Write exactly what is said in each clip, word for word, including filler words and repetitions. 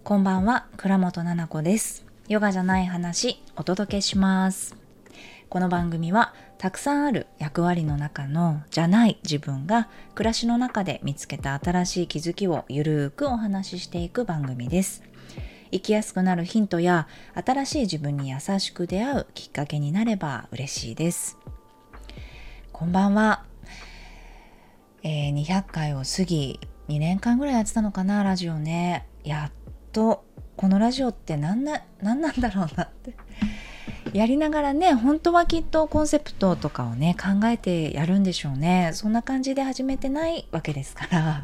こんばんは、倉本々子です。ヨガじゃない話お届けします。この番組はたくさんある役割の中のじゃない自分が暮らしの中で見つけた新しい気づきをゆるーくお話ししていく番組です。生きやすくなるヒントや新しい自分に優しく出会うきっかけになれば嬉しいです。こんばんは。えー、にひゃっかいを過ぎにねんかんぐらいやってたのかな、ラジオね。やっとこのラジオって何な、何なんだろうなってやりながらね、本当はきっとコンセプトとかをね考えてやるんでしょうね。そんな感じで始めてないわけですから、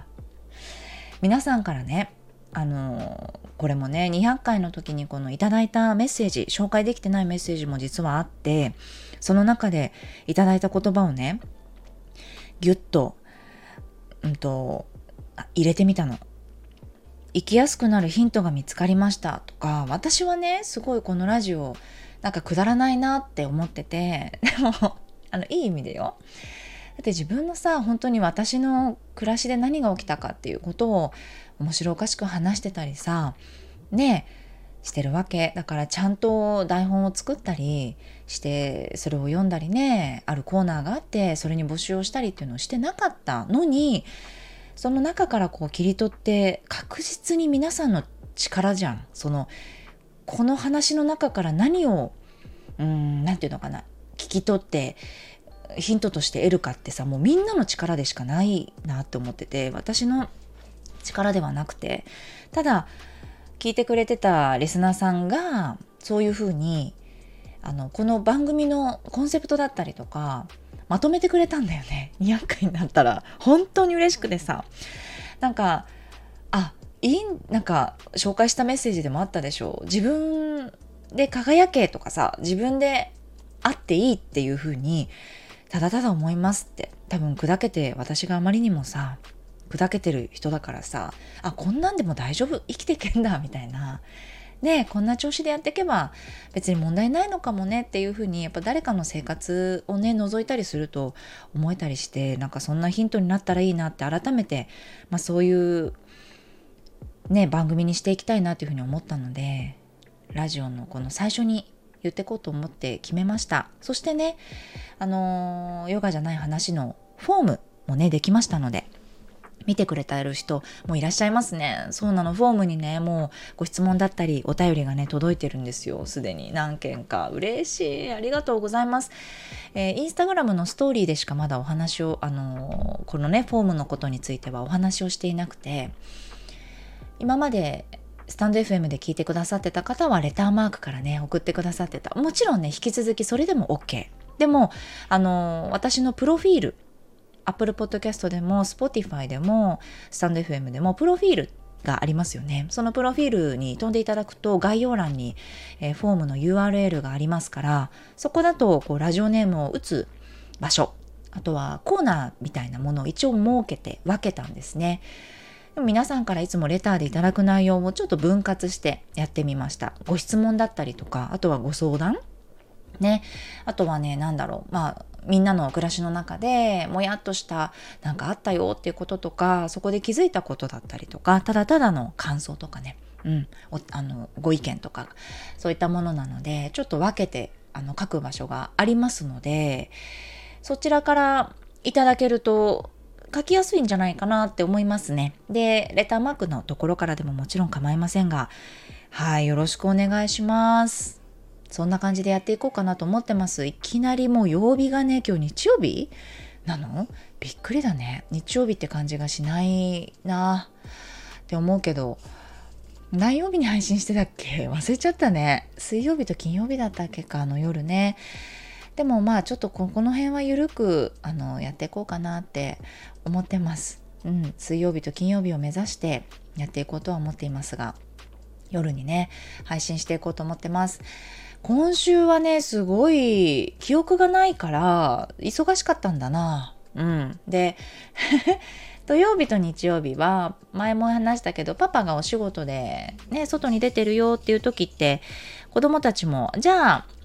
皆さんからね、あのこれもねにひゃっかいの時にこのいただいたメッセージ、紹介できてないメッセージも実はあって、その中でいただいた言葉をねギュッと、うんと入れてみたの。生きやすくなるヒントが見つかりましたとか、私はねすごいこのラジオなんかくだらないなって思ってて、でもあのいい意味でよ。だって自分のさ、本当に私の暮らしで何が起きたかっていうことを面白おかしく話してたりさねしてるわけだから、ちゃんと台本を作ったりしてそれを読んだりね、あるコーナーがあってそれに募集をしたりっていうのをしてなかったのに、その中からこう切り取って確実に皆さんの力じゃん。そのこの話の中から何をうーんなんていうのかな、聞き取ってヒントとして得るかってさ、もうみんなの力でしかないなって思ってて、私の力ではなくて、ただ聞いてくれてたリスナーさんがそういうふうにあのこの番組のコンセプトだったりとかまとめてくれたんだよね。にひゃっかいになったら本当に嬉しくてさ、なんかあいいなんか紹介したメッセージでもあったでしょう。自分で輝けとかさ、自分であっていいっていう風にただただ思いますって。多分砕けて、私があまりにもさ砕けてる人だからさ、あこんなんでも大丈夫、生きていけんだみたいなね、こんな調子でやっていけば別に問題ないのかもねっていうふうに、やっぱ誰かの生活をね覗いたりすると思えたりして、なんかそんなヒントになったらいいなって改めて、まあ、そういうね番組にしていきたいなっていうふうに思ったので、ラジオのこの最初に言ってこうと思って決めました。そしてね、あのー、ヨガじゃない話のフォームもねできましたので、見てくれてる人もいらっしゃいますね。そうなの、フォームにねもうご質問だったりお便りがね届いてるんですよ。すでに何件か。嬉しい、ありがとうございます。えー、インスタグラムのストーリーでしかまだお話を、あのー、このねフォームのことについてはお話をしていなくて、今までスタンド エフエム で聞いてくださってた方はレターマークからね送ってくださってた。もちろんね引き続きそれでも OK。 でもあのー、私のプロフィール、Apple Podcast でも Spotify でもスタンド エフエム でもプロフィールがありますよね。そのプロフィールに飛んでいただくと概要欄に、えー、フォームの ユーアールエル がありますから、そこだとこうラジオネームを打つ場所、あとはコーナーみたいなものを一応設けて分けたんですね。でも皆さんからいつもレターでいただく内容をちょっと分割してやってみました。ご質問だったりとか、あとはご相談ね、あとはね、なんだろう、まあみんなの暮らしの中でもやっとしたなんかあったよっていうこととか、そこで気づいたことだったりとか、ただただの感想とかね、うん、おあのご意見とかそういったものなので、ちょっと分けてあの書く場所がありますので、そちらからいただけると書きやすいんじゃないかなって思いますね。で、レターマークのところからでももちろん構いませんが、はい、よろしくお願いします。そんな感じでやっていこうかなと思ってます。いきなりもう曜日がね、今日日曜日なの？びっくりだね。日曜日って感じがしないなって思うけど、何曜日に配信してたっけ？忘れちゃったね。水曜日と金曜日だったっけか、あの夜ね。でもまあちょっとこの辺はゆるくあのやっていこうかなって思ってます。うん、水曜日と金曜日を目指してやっていこうとは思っていますが、夜にね配信していこうと思ってます。今週はねすごい記憶がないから忙しかったんだな。うん、で土曜日と日曜日は前も話したけど、パパがお仕事でね外に出てるよっていう時って、子供たちもじゃあ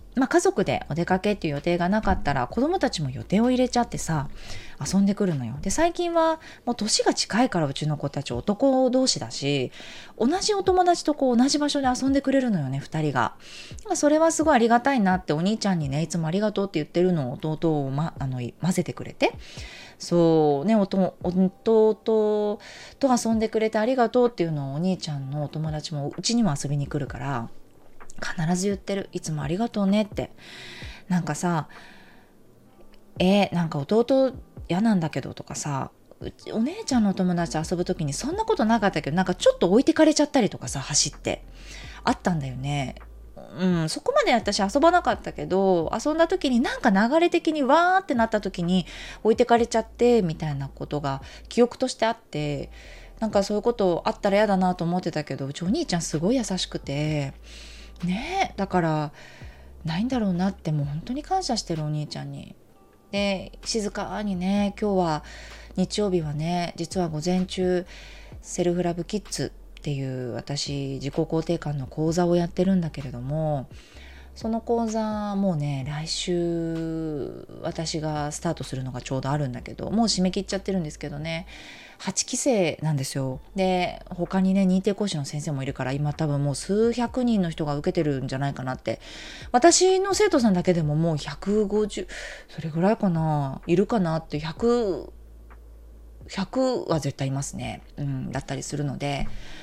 まあ、家族でお出かけっていう予定がなかったら子供たちも予定を入れちゃってさ遊んでくるのよ。で最近はもう年が近いからうちの子たち男同士だし同じお友達とこう同じ場所で遊んでくれるのよねふたりが。それはすごいありがたいなってお兄ちゃんにねいつもありがとうって言ってるのを弟を、ま、あの混ぜてくれてそうね弟と遊んでくれてありがとうっていうのをお兄ちゃんのお友達もうちにも遊びに来るから必ず言ってる。いつもありがとうねって。なんかさえー、なんか弟嫌なんだけどとかさうちお姉ちゃんのお友達と遊ぶ時にそんなことなかったけどなんかちょっと置いてかれちゃったりとかさ走ってあったんだよね。うん、そこまで私遊ばなかったけど遊んだ時になんか流れ的にわーってなった時に置いてかれちゃってみたいなことが記憶としてあってなんかそういうことあったら嫌だなと思ってたけどうちお兄ちゃんすごい優しくてねえだからないんだろうなってもう本当に感謝してるお兄ちゃんに。で静かにね今日は日曜日はね実は午前中セルフラブキッズっていう私自己肯定感の講座をやってるんだけれどもその講座もうね来週私がスタートするのがちょうどあるんだけどもう締め切っちゃってるんですけどねはちきせいなんですよ。で他にね認定講師の先生もいるから今多分もう数百人の人が受けてるんじゃないかなって私の生徒さんだけでももうひゃくごじゅうそれぐらいかないるかなってひゃく ひゃくは絶対いますね、うん、だったりするので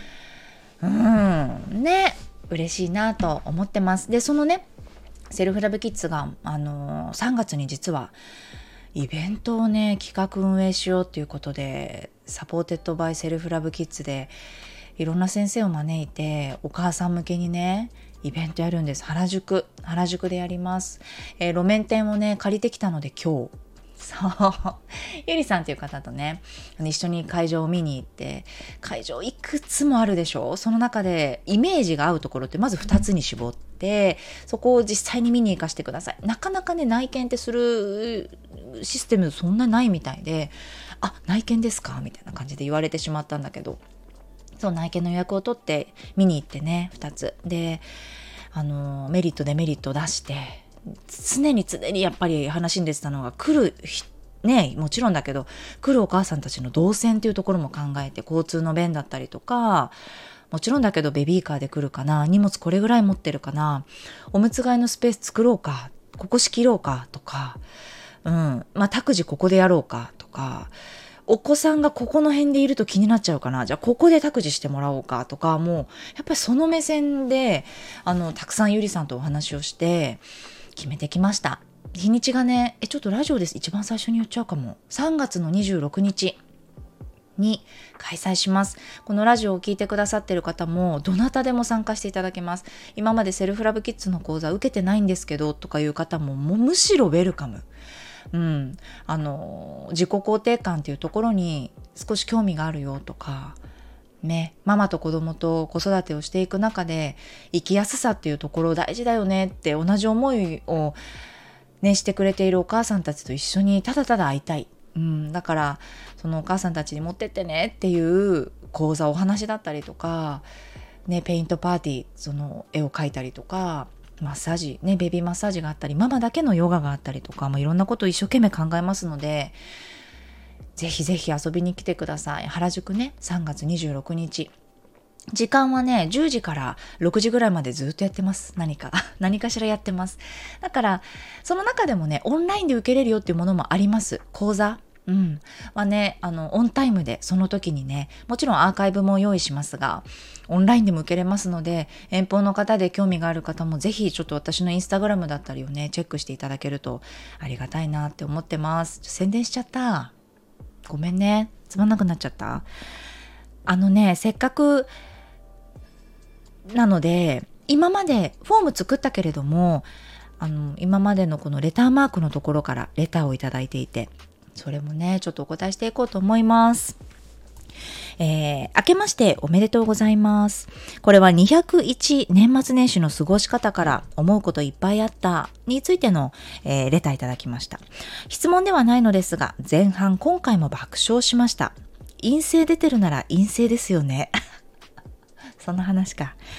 うんね嬉しいなと思ってます。でそのねセルフラブキッズが、あのー、さんがつに実はイベントをね企画運営しようっていうことでサポーテッドバイセルフラブキッズでいろんな先生を招いてお母さん向けにねイベントやるんです。原宿原宿でやります、えー、路面店をね借りてきたので今日そうゆりさんっていう方とね一緒に会場を見に行って会場いくつもあるでしょ。その中でイメージが合うところってまずふたつに絞ってそこを実際に見に行かせてください。なかなかね内見ってするシステムそんなないみたいであ内見ですかみたいな感じで言われてしまったんだけどそう内見の予約を取って見に行ってねふたつであのメリットデメリットを出して常に常にやっぱり話に出てたのが来るねもちろんだけど来るお母さんたちの動線っていうところも考えて交通の便だったりとかもちろんだけどベビーカーで来るかな荷物これぐらい持ってるかなおむつ替えのスペース作ろうかここ仕切ろうかとかうんまあ託児ここでやろうかとかお子さんがここの辺でいると気になっちゃうかなじゃあここで託児してもらおうかとかもうやっぱりその目線であのたくさんゆりさんとお話をして決めてきました。日にちがねえちょっとラジオです一番最初に言っちゃうかもさんがつのにじゅうろくにちに開催します。このラジオを聞いてくださってる方もどなたでも参加していただけます。今までセルフラブキッズの講座受けてないんですけどとかいう方ももうむしろウェルカム。うん、あの自己肯定感っていうところに少し興味があるよとかね、ママと子供と子育てをしていく中で生きやすさっていうところ大事だよねって同じ思いをねしてくれているお母さんたちと一緒にただただ会いたい、うん、だからそのお母さんたちに持ってってねっていう講座お話だったりとか、ね、ペイントパーティーその絵を描いたりとかマッサージ、ね、ベビーマッサージがあったりママだけのヨガがあったりとか、まあ、いろんなことを一生懸命考えますのでぜひぜひ遊びに来てください。原宿ねさんがつにじゅうろくにち時間はねじゅうじからろくじぐらいまでずっとやってます。何か何かしらやってます。だからその中でもねオンラインで受けれるよっていうものもあります。講座うんはねあのオンタイムでその時にねもちろんアーカイブも用意しますがオンラインでも受けれますので遠方の方で興味がある方もぜひちょっと私のインスタグラムだったりをねチェックしていただけるとありがたいなって思ってます。宣伝しちゃったごめんねつまんなくなっちゃった。あのねせっかくなので今までフォーム作ったけれどもあの今までのこのレターマークのところからレターをいただいていてそれもねちょっとお答えしていこうと思います。えー、明けましておめでとうございます。これはにひゃくいち年末年始の過ごし方から思うこといっぱいあったについての、えー、レターいただきました。質問ではないのですが前半今回も爆笑しました。陰性出てるなら陰性ですよねそんな話か。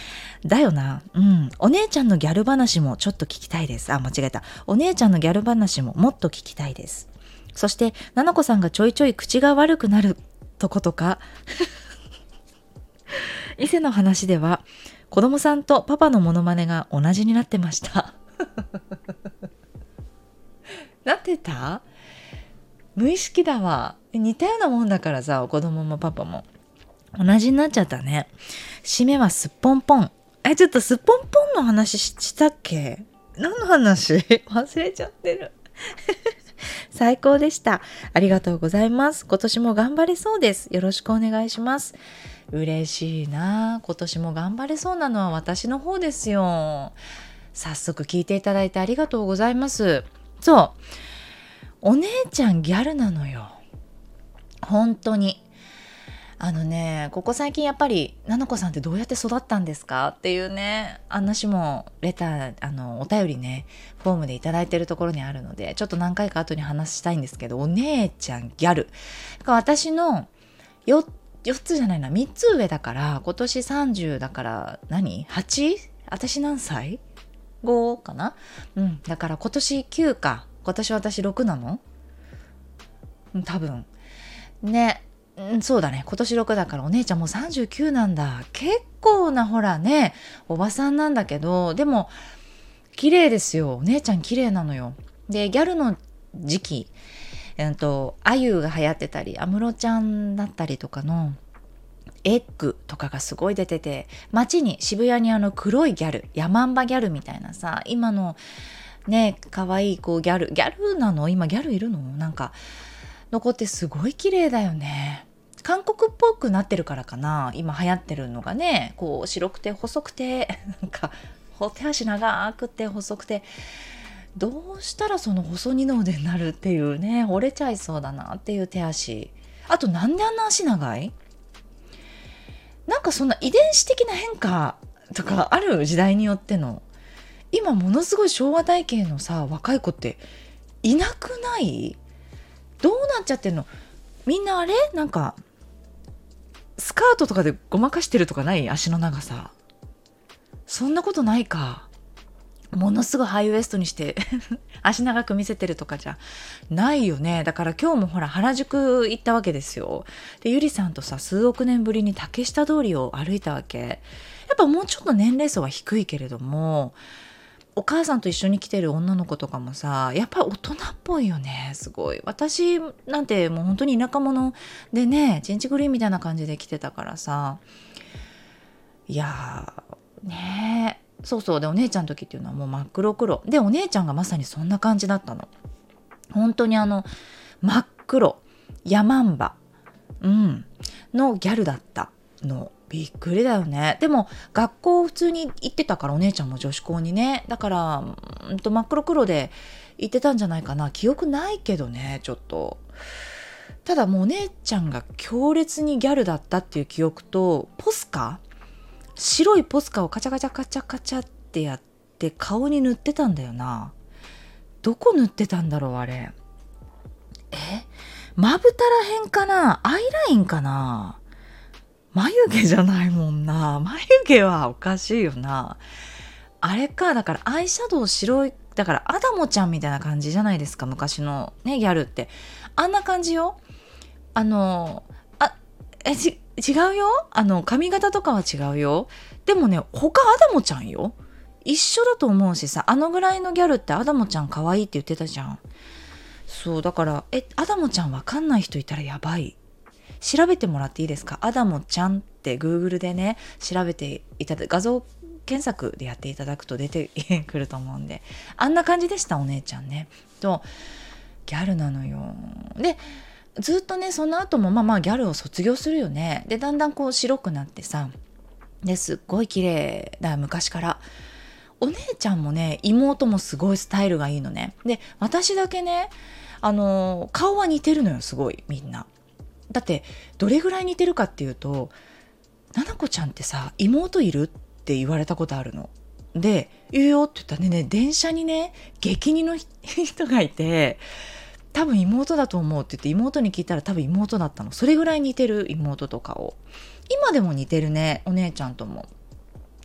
だよな。うん。お姉ちゃんのギャル話もちょっと聞きたいです。あ、間違えた。お姉ちゃんのギャル話ももっと聞きたいです。そして、ななこさんがちょいちょい口が悪くなるとことか、伊勢の話では、子供さんとパパのモノマネが同じになってました。なってた？無意識だわ。似たようなもんだからさ、子供もパパも。同じになっちゃったね。締めはすっぽんぽん。え、ちょっとすっぽんぽんの話 し, したっけ？何の話？忘れちゃってる。最高でした。ありがとうございます。今年も頑張れそうです。よろしくお願いします。嬉しいな。今年も頑張れそうなのは私の方ですよ。早速聞いていただいてありがとうございます。そう。お姉ちゃんギャルなのよ。本当に。あのね、ここ最近やっぱりななこさんってどうやって育ったんですかっていうね話もレターあのお便りねフォームでいただいてるところにあるので、ちょっと何回か後に話したいんですけど、お姉ちゃんギャル私の 4, 4つじゃないなみっつ上だから、今年さんじゅうだから何 はち？ 私何歳 ご かな。うんだから今年きゅうか、今年私ろくなの多分ね。うん、そうだね。今年ろくだからお姉ちゃんもうさんじゅうきゅうなんだ。結構なほらね、おばさんなんだけど、でも綺麗ですよ。お姉ちゃん綺麗なのよ。で、ギャルの時期、えっと、あゆが流行ってたり、安室ちゃんだったりとかのエッグとかがすごい出てて、街に渋谷にあの黒いギャル、ヤマンバギャルみたいなさ、今のね、可愛いこうギャル、ギャルなの？今ギャルいるの？なんか残ってすごい綺麗だよね。韓国っぽくなってるからかな、今流行ってるのがね、こう白くて細くてなんか手足長くて細くて、どうしたらその細二の腕になるっていうね、折れちゃいそうだなっていう手足。あとなんであんな足長い？なんかそんな遺伝子的な変化とかある？時代によっての。今ものすごい昭和体型のさ若い子っていなくない？どうなっちゃってんの？みんなあれなんかスカートとかでごまかしてるとかない？足の長さ。そんなことないか。ものすごいハイウエストにして足長く見せてるとかじゃないよね。だから今日もほら原宿行ったわけですよ。でゆりさんとさ数億年ぶりに竹下通りを歩いたわけ。やっぱもうちょっと年齢層は低いけれども、お母さんと一緒に来てる女の子とかもさやっぱり大人っぽいよね。すごい。私なんてもう本当に田舎者でね、チンチグリーンみたいな感じで来てたからさ、いやーねーそうそう。でお姉ちゃんの時っていうのはもう真っ黒黒で、お姉ちゃんがまさにそんな感じだったの。本当にあの真っ黒ヤマンバ、うん、のギャルだったの。びっくりだよね。でも学校普通に行ってたから、お姉ちゃんも女子校にね、だからうんと真っ黒黒で行ってたんじゃないかな。記憶ないけどね、ちょっと。ただもうお姉ちゃんが強烈にギャルだったっていう記憶と、ポスカ白いポスカをカチャカチャカチャカチャってやって顔に塗ってたんだよな。どこ塗ってたんだろうあれ。えまぶたらへんかな、アイラインかな。眉毛じゃないもんな。眉毛はおかしいよな。あれか。だからアイシャドウ白い、だからアダモちゃんみたいな感じじゃないですか、昔のねギャルって。あんな感じよ。あのあえち違うよ。あの髪型とかは違うよ。でもね他アダモちゃんよ。一緒だと思うしさ、あのぐらいのギャルってアダモちゃん可愛いって言ってたじゃん。そうだから、えアダモちゃんわかんない人いたらやばい。調べてもらっていいですか？アダモちゃんって Google でね調べていただ、画像検索でやっていただくと出てくると思うんで、あんな感じでした、お姉ちゃんね。とギャルなのよ。でずっとねその後もまあまあギャルを卒業するよね。でだんだんこう白くなってさ、ですっごい綺麗だ、昔から。お姉ちゃんもね妹もすごいスタイルがいいのね。で私だけねあの顔は似てるのよ、すごいみんな。だってどれぐらい似てるかっていうと、ななこちゃんってさ妹いるって言われたことあるので、言うよって言ったらね、ね電車にね激似の人がいて、多分妹だと思うって言って妹に聞いたら多分妹だったの。それぐらい似てる妹とかを。今でも似てるね、お姉ちゃんとも。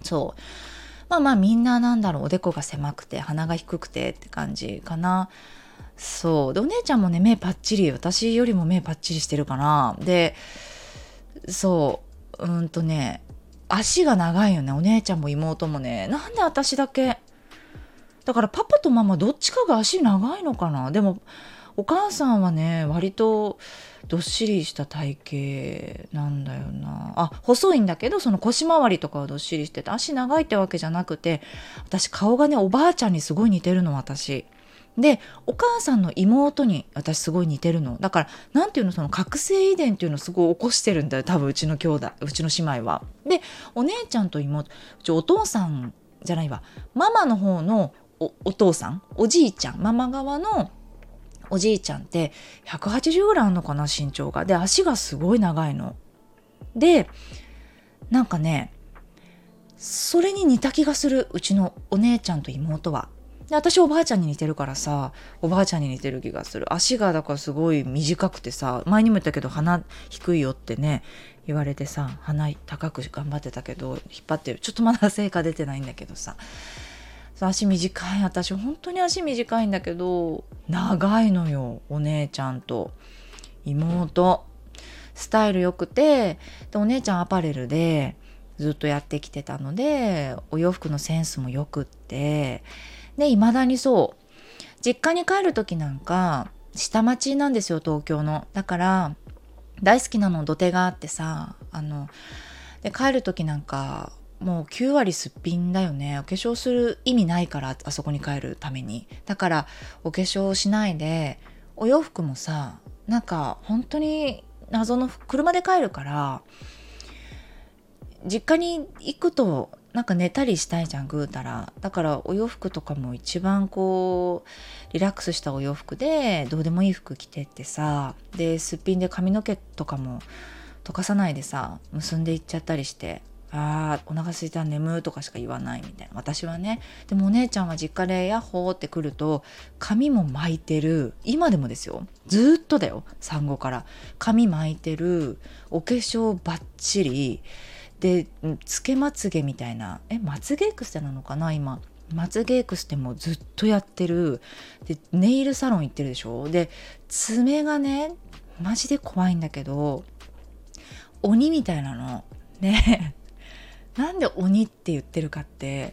そうまあまあみんななんだろう、おでこが狭くて鼻が低くてって感じかな。そうでお姉ちゃんもね目パッチリ、私よりも目パッチリしてるかな。でそううんとね足が長いよね、お姉ちゃんも妹もね。なんで私だけだから、パパとママどっちかが足長いのかな。でもお母さんはね割とどっしりした体型なんだよな。あ、細いんだけどその腰回りとかはどっしりしてて、足長いってわけじゃなくて、私顔がねおばあちゃんにすごい似てるの。私でお母さんの妹に私すごい似てるの。だからなんていうの、その覚醒遺伝っていうのをすごい起こしてるんだよ多分、うちの兄弟うちの姉妹は。でお姉ちゃんと妹、うちお父さんじゃないわ、ママの方の お, お父さんおじいちゃん、ママ側のおじいちゃんってひゃくはちじゅうぐらいあるのかな、身長が。で足がすごい長いので、なんかねそれに似た気がする、うちのお姉ちゃんと妹は。で私おばあちゃんに似てるからさ、おばあちゃんに似てる気がする。足がだからすごい短くてさ、前にも言ったけど鼻低いよってね言われてさ、鼻高く頑張ってたけど引っ張ってる、ちょっとまだ成果出てないんだけどさ、足短い、私本当に足短いんだけど長いのよ、お姉ちゃんと妹。スタイル良くて、でお姉ちゃんアパレルでずっとやってきてたので、お洋服のセンスも良くって、で未だにそう実家に帰る時なんか下町なんですよ、東京の。だから大好きなの土手があってさ、あので帰る時なんかもうきゅう割すっぴんだよね。お化粧する意味ないから、あそこに帰るために。だからお化粧しないで、お洋服もさなんか本当に謎の車で帰るから、実家に行くとなんか寝たりしたいじゃん、ぐうたら。だからお洋服とかも一番こうリラックスしたお洋服で、どうでもいい服着てってさ、ですっぴんで髪の毛とかも溶かさないでさ結んでいっちゃったりして、あーお腹空いた、眠ーとかしか言わないみたいな、私はね。でもお姉ちゃんは実家でヤッホーって来ると髪も巻いてる、今でもですよ、ずっとだよ、産後から髪巻いてる、お化粧バッチリで、つけまつげみたいな、えまつげエクステなのかな今、まつげエクステもずっとやってる。でネイルサロン行ってるでしょ。で爪がねマジで怖いんだけど鬼みたいなのね。なんで鬼って言ってるかって、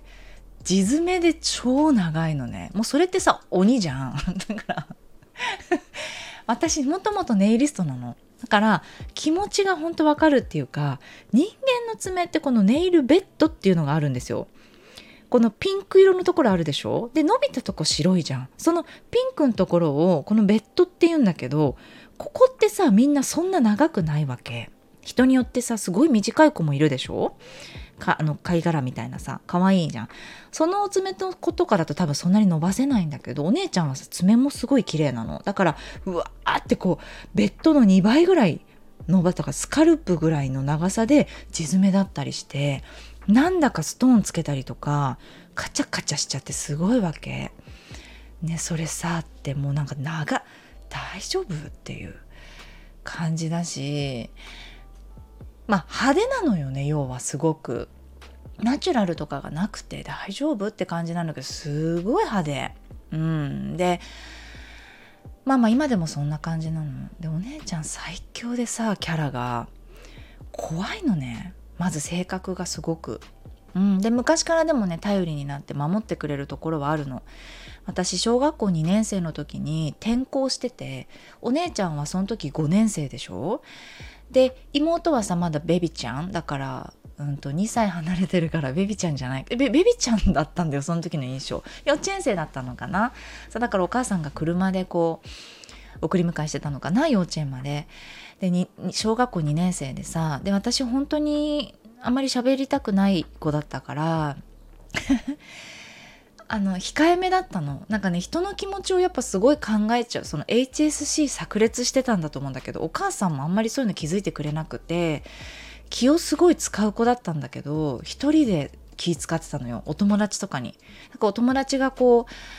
地爪で超長いのね。もうそれってさ鬼じゃん。だから私もともとネイリストなの。だから気持ちが本当わかるっていうか、人間の爪ってこのネイルベッドっていうのがあるんですよ。このピンク色のところあるでしょ。で伸びたとこ白いじゃん。そのピンクのところをこのベッドって言うんだけど、ここってさみんなそんな長くないわけ。人によってさすごい短い子もいるでしょ。かあの貝殻みたいなさ可愛いじゃん。その爪の子とかだと多分そんなに伸ばせないんだけど、お姉ちゃんはさ爪もすごい綺麗なの。だからうわーってこうベッドのにばいぐらい伸ばとかスカルプぐらいの長さで地爪だったりして、なんだかストーンつけたりとかカチャカチャしちゃってすごいわけね。それさってもうなんか長大丈夫っていう感じだし、まあ派手なのよね。要はすごくナチュラルとかがなくて大丈夫って感じなんだけど、すごい派手。うんでまあまあ今でもそんな感じなので、お姉ちゃん最強でさ、キャラが怖いのね。まず性格がすごく、うん、で昔からでもね頼りになって守ってくれるところはあるの。私小学校にねん生の時に転校してて、お姉ちゃんはその時ごねん生でしょ。で妹はさまだベビちゃんだから、うんとにさい離れてるからベビちゃんじゃない、ベベビちゃんだったんだよ、その時の印象。幼稚園生だったのかな。そうだからお母さんが車でこう送り迎えしてたのかな、幼稚園まで。でに小学校にねん生でさ、で私本当にあまり喋りたくない子だったからあの控えめだったの。なんかね人の気持ちをやっぱすごい考えちゃう。その エイチエスシー 炸裂してたんだと思うんだけど、お母さんもあんまりそういうの気づいてくれなくて、気をすごい使う子だったんだけど、一人で気使ってたのよ、お友達とかに。なんかお友達がこう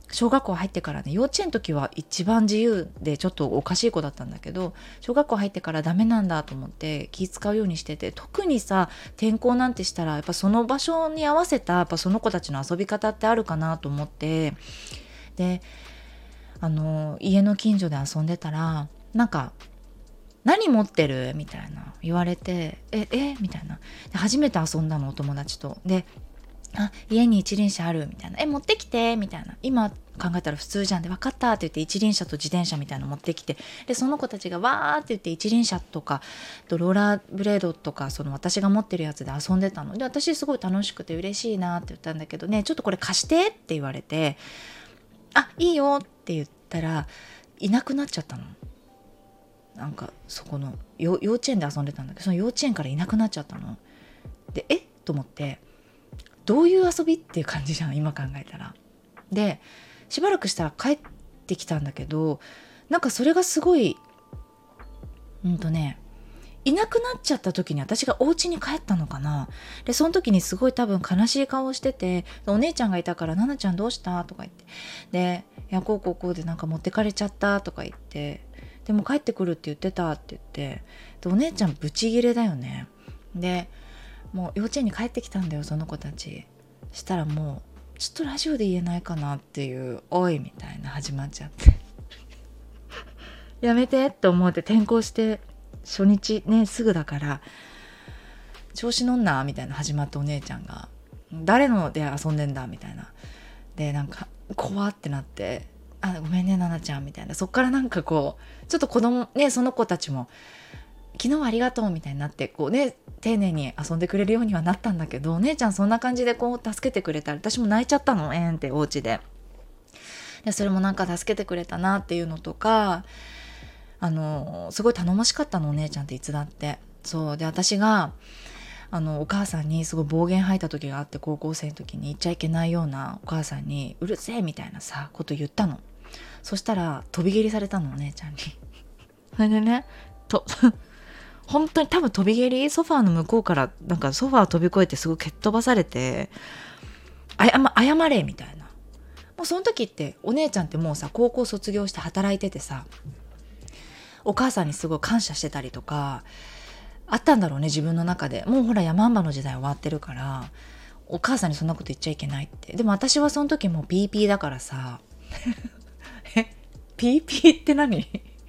小学校入ってからね、幼稚園の時は一番自由でちょっとおかしい子だったんだけど、小学校入ってからダメなんだと思って気使うようにしてて、特にさ転校なんてしたらやっぱその場所に合わせたやっぱその子たちの遊び方ってあるかなと思って、であの家の近所で遊んでたら、なんか何持ってるみたいな言われて、ええみたいな。で初めて遊んだの、お友達と。で、あ、家に一輪車あるみたいな、え持ってきてみたいな、今考えたら普通じゃん、で分かったって言って一輪車と自転車みたいなの持ってきて、でその子たちがわーって言って一輪車とかローラーブレードとか、その私が持ってるやつで遊んでたので、私すごい楽しくて嬉しいなって言ったんだけどね、ちょっとこれ貸してって言われて、あいいよって言ったらいなくなっちゃったの。なんかそこの幼稚園で遊んでたんだけど、その幼稚園からいなくなっちゃったので、えっと思って、どういう遊びっていう感じじゃん今考えたら。でしばらくしたら帰ってきたんだけど、なんかそれがすごいうんとねいなくなっちゃった時に私がお家に帰ったのかな。でその時にすごい多分悲しい顔をしてて、お姉ちゃんがいたから、ななちゃんどうしたとか言って、でいやこうこうこうでなんか持ってかれちゃったとか言って、でも帰ってくるって言ってたって言って、でお姉ちゃんブチギレだよね。でもう幼稚園に帰ってきたんだよその子たち。したらもうちょっとラジオで言えないかなっていう、おいみたいな始まっちゃってやめてって思って転校して初日ねすぐだから、調子乗んなみたいな始まったお姉ちゃんが、誰ので遊んでんだみたいな、でなんか怖ってなって、あごめんねななちゃんみたいな、そっからなんかこうちょっと子供ね、その子たちも昨日はありがとうみたいになって、こうね丁寧に遊んでくれるようにはなったんだけど、お姉ちゃんそんな感じでこう助けてくれたら、私も泣いちゃったの、えーんってお家で。でそれもなんか助けてくれたなっていうのとか、あのすごい頼もしかったのお姉ちゃんっていつだって。そうで私があのお母さんにすごい暴言吐いた時があって、高校生の時に言っちゃいけないようなお母さんにうるせえみたいなさこと言ったの。そしたら飛び蹴りされたのお姉ちゃんにそれでねと本当に多分飛び蹴り、ソファーの向こうからなんかソファー飛び越えてすごい蹴っ飛ばされて、あや、ま、謝れみたいな。もうその時ってお姉ちゃんってもうさ高校卒業して働いててさ、お母さんにすごい感謝してたりとかあったんだろうね自分の中で。もうほら山んばの時代終わってるから、お母さんにそんなこと言っちゃいけないって。でも私はその時もう ピーピー だからさえ ピーピー って何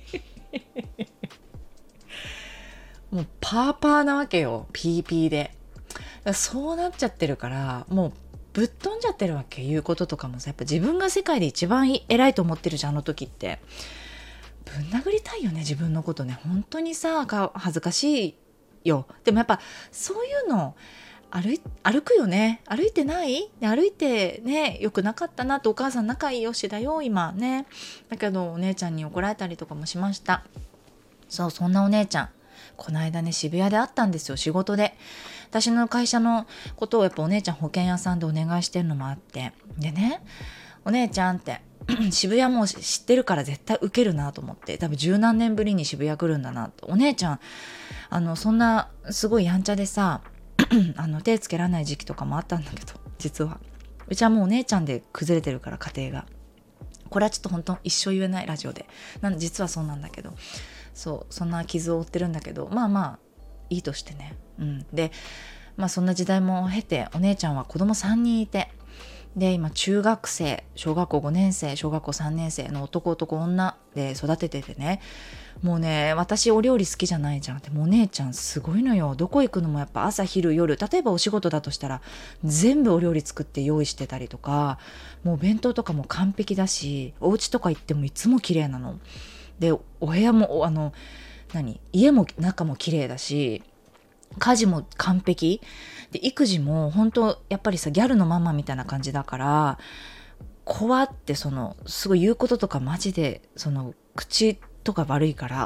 もうパーパーなわけよ ピーピー で。だからそうなっちゃってるから、もうぶっ飛んじゃってるわけ。言うこととかもさ、やっぱ自分が世界で一番偉いと思ってるじゃんあの時って。ぶん殴りたいよね自分のことね。本当にさ恥ずかしいよ。でもやっぱそういうの歩い歩くよね。歩いてないで歩いてね、よくなかったなと。お母さん仲いいよしだよ今ね。だけどお姉ちゃんに怒られたりとかもしました。そう、そんなお姉ちゃんこの間ね渋谷で会ったんですよ、仕事で。私の会社のことをやっぱお姉ちゃん保険屋さんでお願いしてるのもあって、でねお姉ちゃんって渋谷もう知ってるから絶対ウケるなと思って、多分十何年ぶりに渋谷来るんだなと。お姉ちゃんあのそんなすごいやんちゃでさあの手つけられない時期とかもあったんだけど、実はうちはもうお姉ちゃんで崩れてるから家庭が。これはちょっと本当一生言えないラジオでなん実はそうなんだけど、そうそんな傷を負ってるんだけど、まあまあいいとしてね。うんでまあそんな時代も経て、お姉ちゃんは子供さんにんいて、で今中学生、小学校ごねん生、小学校さんねん生の男男女で育てててね、もうね私お料理好きじゃないじゃんって。もうお姉ちゃんすごいのよ。どこ行くのもやっぱ朝昼夜、例えばお仕事だとしたら全部お料理作って用意してたりとか、もう弁当とかも完璧だし、お家とか行ってもいつも綺麗なので、お部屋もあの何家も中も綺麗だし、家事も完璧で、育児も本当やっぱりさギャルのママみたいな感じだから、怖ってそのすごい言うこととかマジでその口とか悪いから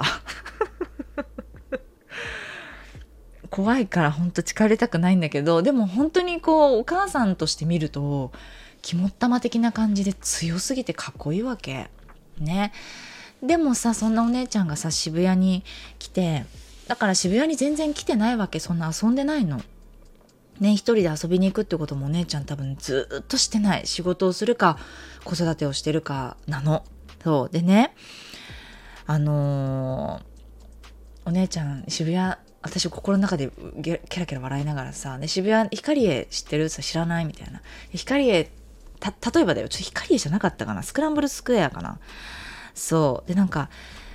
怖いから本当近寄りたくないんだけど、でも本当にこうお母さんとして見ると肝っ玉的な感じで強すぎてかっこいいわけね。でもさそんなお姉ちゃんがさ渋谷に来て、だから渋谷に全然来てないわけ。そんな遊んでないのね、一人で遊びに行くってこともお姉ちゃん多分ずっとしてない。仕事をするか子育てをしてるかなの。そうでね、あのー、お姉ちゃん渋谷、私心の中でケラケラ笑いながらさ、ね、渋谷ヒカリエ知ってる？知らないみたいな。ヒカリエた例えばだよ、ちょっとヒカリエじゃなかったかな、スクランブルスクエアかな。そうで、なんか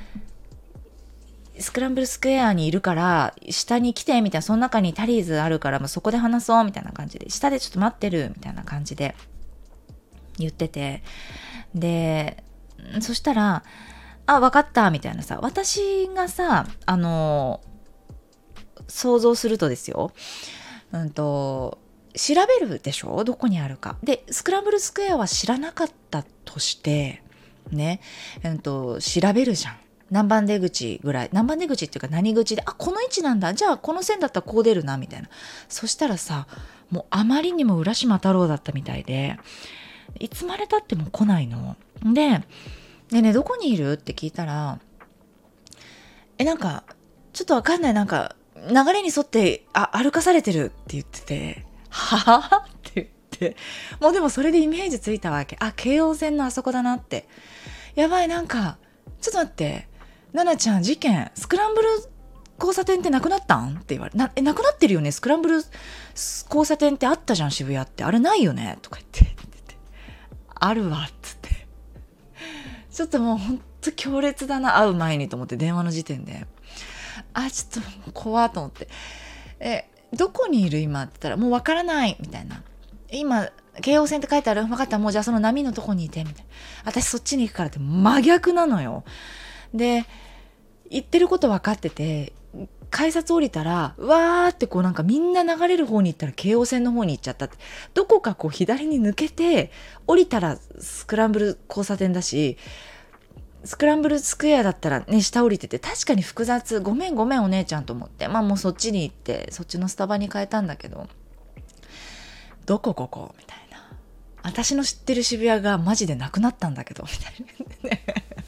スクランブルスクエアにいるから下に来てみたいな、その中にタリーズあるから、まあ、そこで話そうみたいな感じで、下でちょっと待ってるみたいな感じで言ってて、でそしたらあ分かったみたいなさ、私がさあの想像するとですよ、うんと調べるでしょ、どこにあるかで。スクランブルスクエアは知らなかったとしてね、うんと調べるじゃん。何番出口ぐらい、何番出口っていうか何口で、あこの位置なんだ、じゃあこの線だったらこう出るなみたいな。そしたらさ、もうあまりにも浦島太郎だったみたいで、いつまでたっても来ないので、でね、どこにいるって聞いたら、えなんかちょっとわかんない、なんか流れに沿ってあ歩かされてるって言ってて、ははって言って、もうでもそれでイメージついたわけ。あ、京王線のあそこだなって。やばい、なんかちょっと待って、奈々ちゃん事件、スクランブル交差点ってなくなったんって言われ、なえなくなってるよね、スクランブル交差点ってあったじゃん渋谷って、あれないよねとか言って言ってて、あるわっつって、ちょっともうほんと強烈だな、会う前にと思って、電話の時点であちょっと怖っと思って、えどこにいる今って言ったら、もうわからないみたいな、今京王線って書いてある、分かった、もうじゃあその波のとこにいてみたいな、私そっちに行くからって真逆なのよ。で言ってること分かってて、改札降りたらわーってこうなんかみんな流れる方に行ったら京王線の方に行っちゃったって、どこかこう左に抜けて降りたらスクランブル交差点だし、スクランブルスクエアだったらね下降りてて、確かに複雑、ごめんごめんお姉ちゃんと思って、まあもうそっちに行ってそっちのスタバに変えたんだけど、どこここみたいな、私の知ってる渋谷がマジでなくなったんだけどみたいな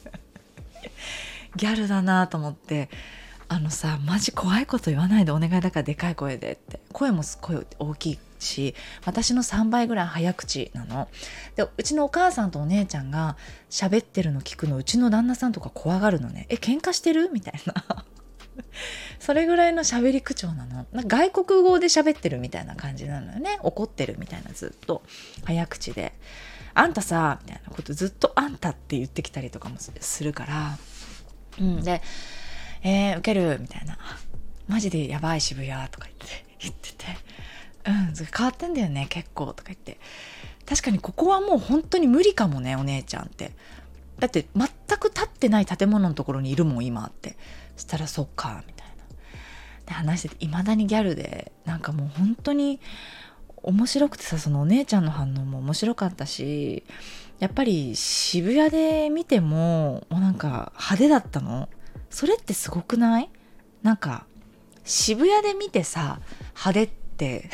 ギャルだなと思って、あのさマジ怖いこと言わないでお願いだからでかい声でって、声もすごい大きいし、私のさんばいぐらい早口なので、うちのお母さんとお姉ちゃんが喋ってるの聞くのうちの旦那さんとか怖がるのね。え喧嘩してるみたいなそれぐらいの喋り口調なの。なんか外国語で喋ってるみたいな感じなのよね。怒ってるみたいな、ずっと早口で、あんたさみたいなことずっとあんたって言ってきたりとかもするから、うん、で、えー、ウケるみたいな、マジでやばい渋谷とか言って言ってて、うん変わってんだよね結構とか言って、確かにここはもう本当に無理かもねお姉ちゃんって、だって全く建ってない建物のところにいるもん今って。そしたらそっかみたいなで話してて、いまだにギャルで、なんかもう本当に面白くてさ、そのお姉ちゃんの反応も面白かったし、やっぱり渋谷で見てももうなんか派手だったの。それってすごくない？なんか渋谷で見てさ派手って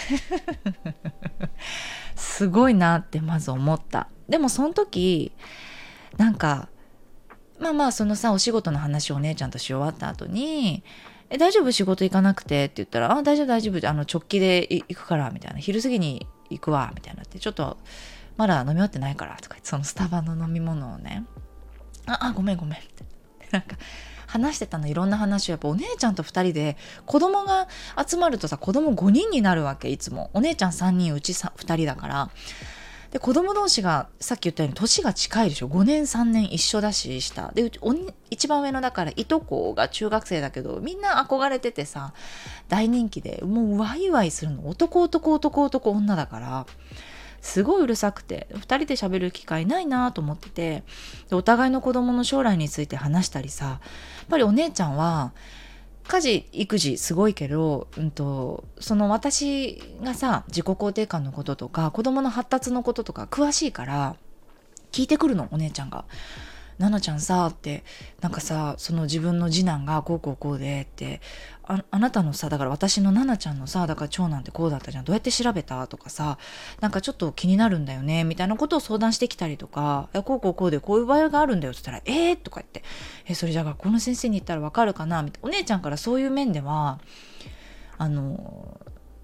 すごいなってまず思った。でもその時なんかまあまあそのさお仕事の話をお姉ちゃんとし終わった後に、え大丈夫仕事行かなくてって言ったら、あ大丈夫大丈夫、あの直帰で行くからみたいな、昼過ぎに行くわみたいなって、ちょっとまだ飲み終わってないからとか言って、そのスタバの飲み物をね、ああごめんごめんってなんか話してたの、いろんな話を。やっぱお姉ちゃんとふたりで子供が集まるとさ、子供ごにんになるわけ、いつも。お姉ちゃんさんにん、うちふたりだから。で子供同士がさっき言ったように年が近いでしょ、ごねんさんねん一緒だし下で、うちお一番上のだからいとこが中学生だけど、みんな憧れててさ大人気で、もうワイワイするの男男男男女だから、すごいうるさくてふたりで喋る機会ないなと思ってて、でお互いの子供の将来について話したりさ、やっぱりお姉ちゃんは家事育児すごいけど、うんと、その私がさ自己肯定感のこととか子供の発達のこととか詳しいから聞いてくるの、お姉ちゃんが。ななちゃんさって、なんかさその自分の次男がこうこうこうでって、あ, あなたのさだから私のななちゃんのさだから長男ってこうだったじゃん、どうやって調べたとかさ、なんかちょっと気になるんだよねみたいなことを相談してきたりとか、こうこうこうでこういう場合があるんだよって言ったら、えーとか言って、えそれじゃあ学校の先生に言ったらわかるかなみたいな。お姉ちゃんからそういう面ではあの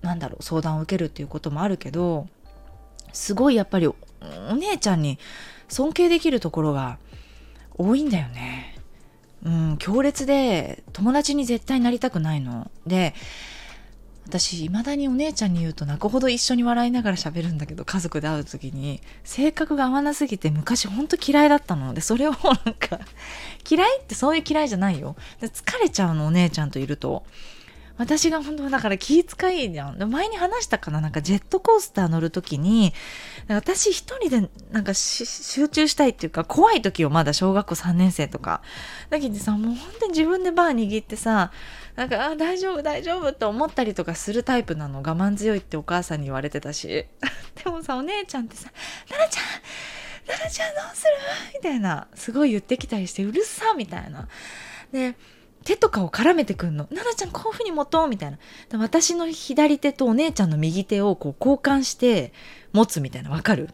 なんだろう相談を受けるっていうこともあるけど、すごいやっぱり お, お姉ちゃんに尊敬できるところが多いんだよね。うん、強烈で友達に絶対なりたくないので、私未だにお姉ちゃんに言うと泣くほど一緒に笑いながら喋るんだけど、家族で会う時に性格が合わなすぎて昔ほんと嫌いだったので、それをなんか嫌いってそういう嫌いじゃないよ、で疲れちゃうのお姉ちゃんといると。私が本当だから気遣いじゃん。前に話したかな、なんかジェットコースター乗るときに私一人でなんか集中したいっていうか、怖い時をまだ小学校さんねん生とかだけどさ、もう本当に自分でバー握ってさ、なんかあ大丈夫大丈夫って思ったりとかするタイプなの。我慢強いってお母さんに言われてたしでもさお姉ちゃんってさ、奈々ちゃん奈々ちゃんどうするみたいなすごい言ってきたりして、うるさみたいなで手とかを絡めてくんの。奈々ちゃんこういう風に持とうみたいな。で私の左手とお姉ちゃんの右手をこう交換して持つみたいな、わかる？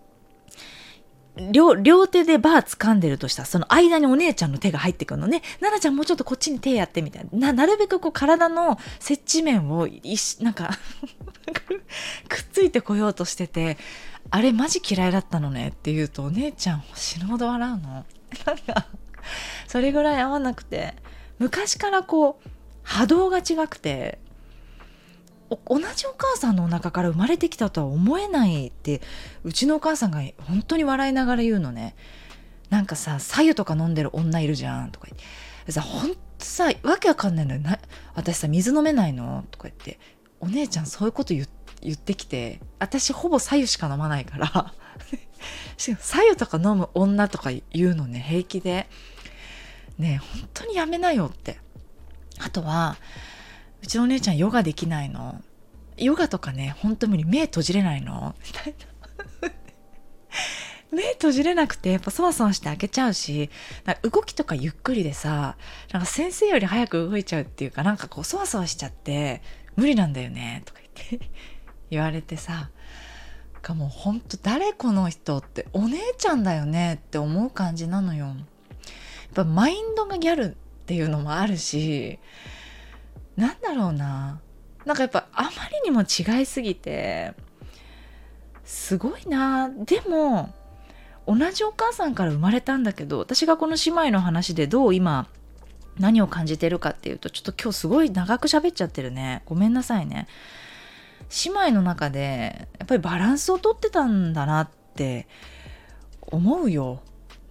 両, 両手でバー掴んでるとしたら、その間にお姉ちゃんの手が入ってくるのね。奈々ちゃんもうちょっとこっちに手やってみたいな。な, なるべくこう体の接地面をいしなんかくっついてこようとしてて、あれマジ嫌いだったのねって言うとお姉ちゃん死ぬほど笑うの。なんかそれぐらい合わなくて、昔からこう波動が違くて、同じお母さんのお腹から生まれてきたとは思えないってうちのお母さんが本当に笑いながら言うのね。なんかさ白湯とか飲んでる女いるじゃんとか言ってさ、ほんとさわけわかんないのよな、私さ水飲めないのとか言って、お姉ちゃんそういうこと 言, 言ってきて、私ほぼ白湯しか飲まないから白湯とか飲む女とか言うのね、平気でね。本当にやめなよって。あとはうちのお姉ちゃんヨガできないの。ヨガとかね本当無理、目閉じれないのみたいな目閉じれなくてやっぱそわそわして開けちゃうし、なんか動きとかゆっくりでさ、なんか先生より早く動いちゃうっていうか、なんかこうそわそわしちゃって無理なんだよねとか言って言われてさ、かもうほんと誰この人ってお姉ちゃんだよねって思う感じなのよ。やっぱマインドがギャルっていうのもあるし、なんだろうな、なんかやっぱあまりにも違いすぎてすごいな。でも同じお母さんから生まれたんだけど、私がこの姉妹の話でどう今何を感じてるかっていうと、ちょっと今日すごい長く喋っちゃってるね、ごめんなさいね。姉妹の中でやっぱりバランスをとってたんだなって思うよ。うん、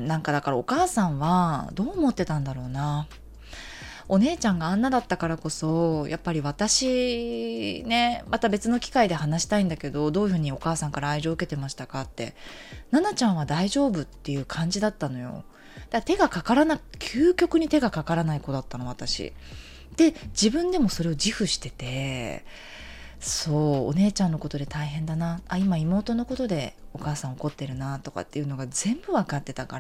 なんかだからお母さんはどう思ってたんだろうな。お姉ちゃんがあんなだったからこそ、やっぱり私ね、また別の機会で話したいんだけど、どういうふうにお母さんから愛情を受けてましたかって、奈々ちゃんは大丈夫っていう感じだったのよ。だから手がかからな究極に手がかからない子だったの私で、自分でもそれを自負してて、そうお姉ちゃんのことで大変だなあ、今妹のことでお母さん怒ってるなとかっていうのが全部分かってたから、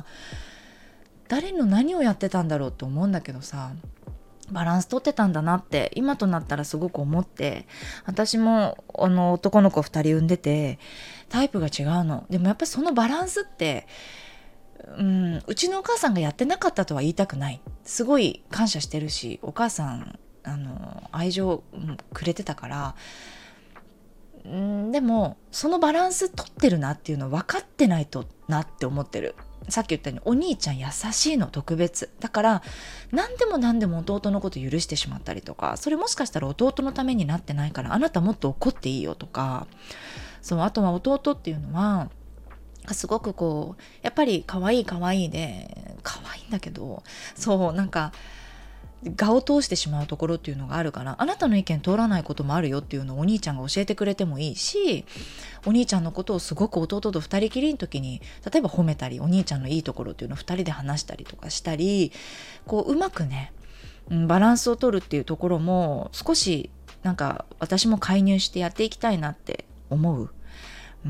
誰の何をやってたんだろうと思うんだけどさ、バランス取ってたんだなって今となったらすごく思って、私もあの男の子ふたり産んでてタイプが違うの。でもやっぱりそのバランスって、うん、うちのお母さんがやってなかったとは言いたくない。すごい感謝してるし、お母さんあの愛情くれてたから、んでもそのバランス取ってるなっていうの分かってないとなって思ってる。さっき言ったようにお兄ちゃん優しいの、特別だから何でも何でも弟のこと許してしまったりとか、それもしかしたら弟のためになってないからあなたもっと怒っていいよとか、そうあとは弟っていうのはすごくこうやっぱり可愛い可愛いで可愛いんだけど、そうなんか我を通してしまうところっていうのがあるから、あなたの意見通らないこともあるよっていうのをお兄ちゃんが教えてくれてもいいし、お兄ちゃんのことをすごく弟と二人きりの時に例えば褒めたり、お兄ちゃんのいいところっていうのを二人で話したりとかしたり、こううまくね、うん、バランスを取るっていうところも少しなんか私も介入してやっていきたいなって思う。うん、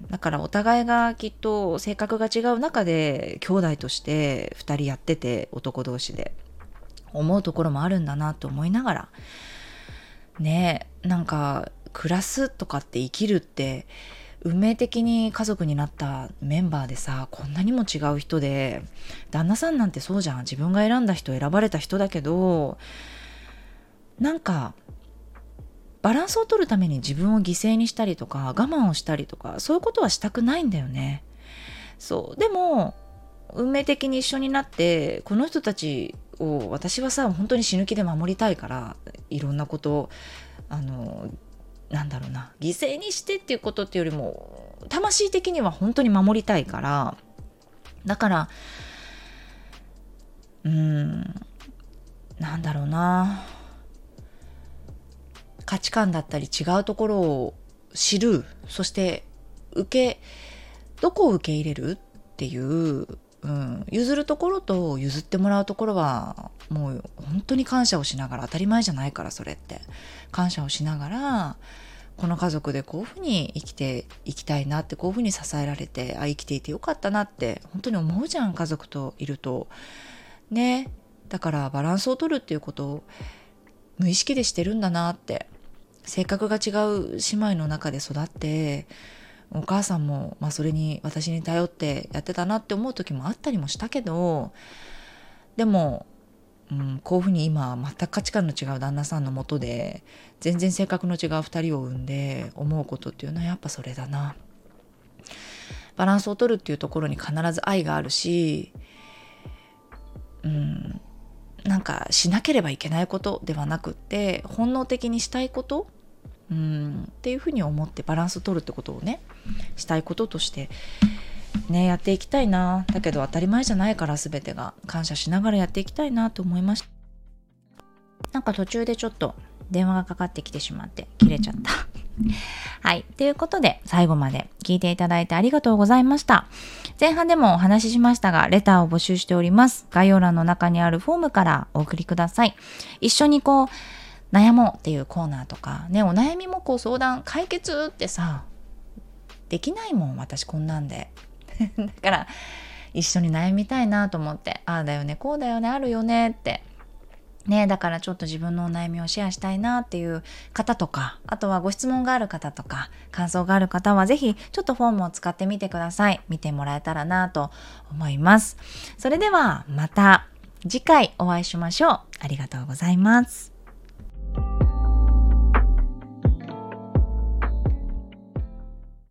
だからお互いがきっと性格が違う中で兄弟としてふたりやってて、男同士で思うところもあるんだなと思いながらね。なんか暮らすとかって生きるって運命的に家族になったメンバーでさ、こんなにも違う人で、旦那さんなんてそうじゃん、自分が選んだ人選ばれた人だけど、なんかバランスを取るために自分を犠牲にしたりとか我慢をしたりとか、そういうことはしたくないんだよね。そうでも運命的に一緒になって、この人たちを私はさ本当に死ぬ気で守りたいから、いろんなことをあのなんだろうな犠牲にしてっていうことっていうよりも魂的には本当に守りたいから、だからうーんなんだろうな価値観だったり違うところを知る、そして受けどこを受け入れるっていう、うん、譲るところと譲ってもらうところはもう本当に感謝をしながら、当たり前じゃないからそれって感謝をしながら、この家族でこういうふうに生きていきたいなって、こういうふうに支えられて、あ生きていてよかったなって本当に思うじゃん、家族といるとね。だからバランスを取るっていうことを無意識でしてるんだなって。性格が違う姉妹の中で育って、お母さんも、まあ、それに私に頼ってやってたなって思う時もあったりもしたけど、でも、うん、こういうふうに今全く価値観の違う旦那さんのもとで全然性格の違うふたりを産んで思うことっていうのはやっぱそれだな。バランスを取るっていうところに必ず愛があるし、うんなんかしなければいけないことではなくって、本能的にしたいことうんっていうふうに思ってバランスを取るってことをね、したいこととしてねやっていきたいな。だけど当たり前じゃないから、全てが感謝しながらやっていきたいなと思いました。なんか途中でちょっと電話がかかってきてしまって切れちゃったはい、ということで最後まで聞いていただいてありがとうございました。前半でもお話ししましたが、レターを募集しております。概要欄の中にあるフォームからお送りください。一緒にこう悩もうっていうコーナーとかね、お悩みもこう相談解決ってさできないもん、私こんなんでだから一緒に悩みたいなと思って、ああだよねこうだよねあるよねってね、だからちょっと自分のお悩みをシェアしたいなっていう方とか、あとはご質問がある方とか感想がある方はぜひちょっとフォームを使ってみてください。見てもらえたらなと思います。それではまた次回お会いしましょう。ありがとうございます。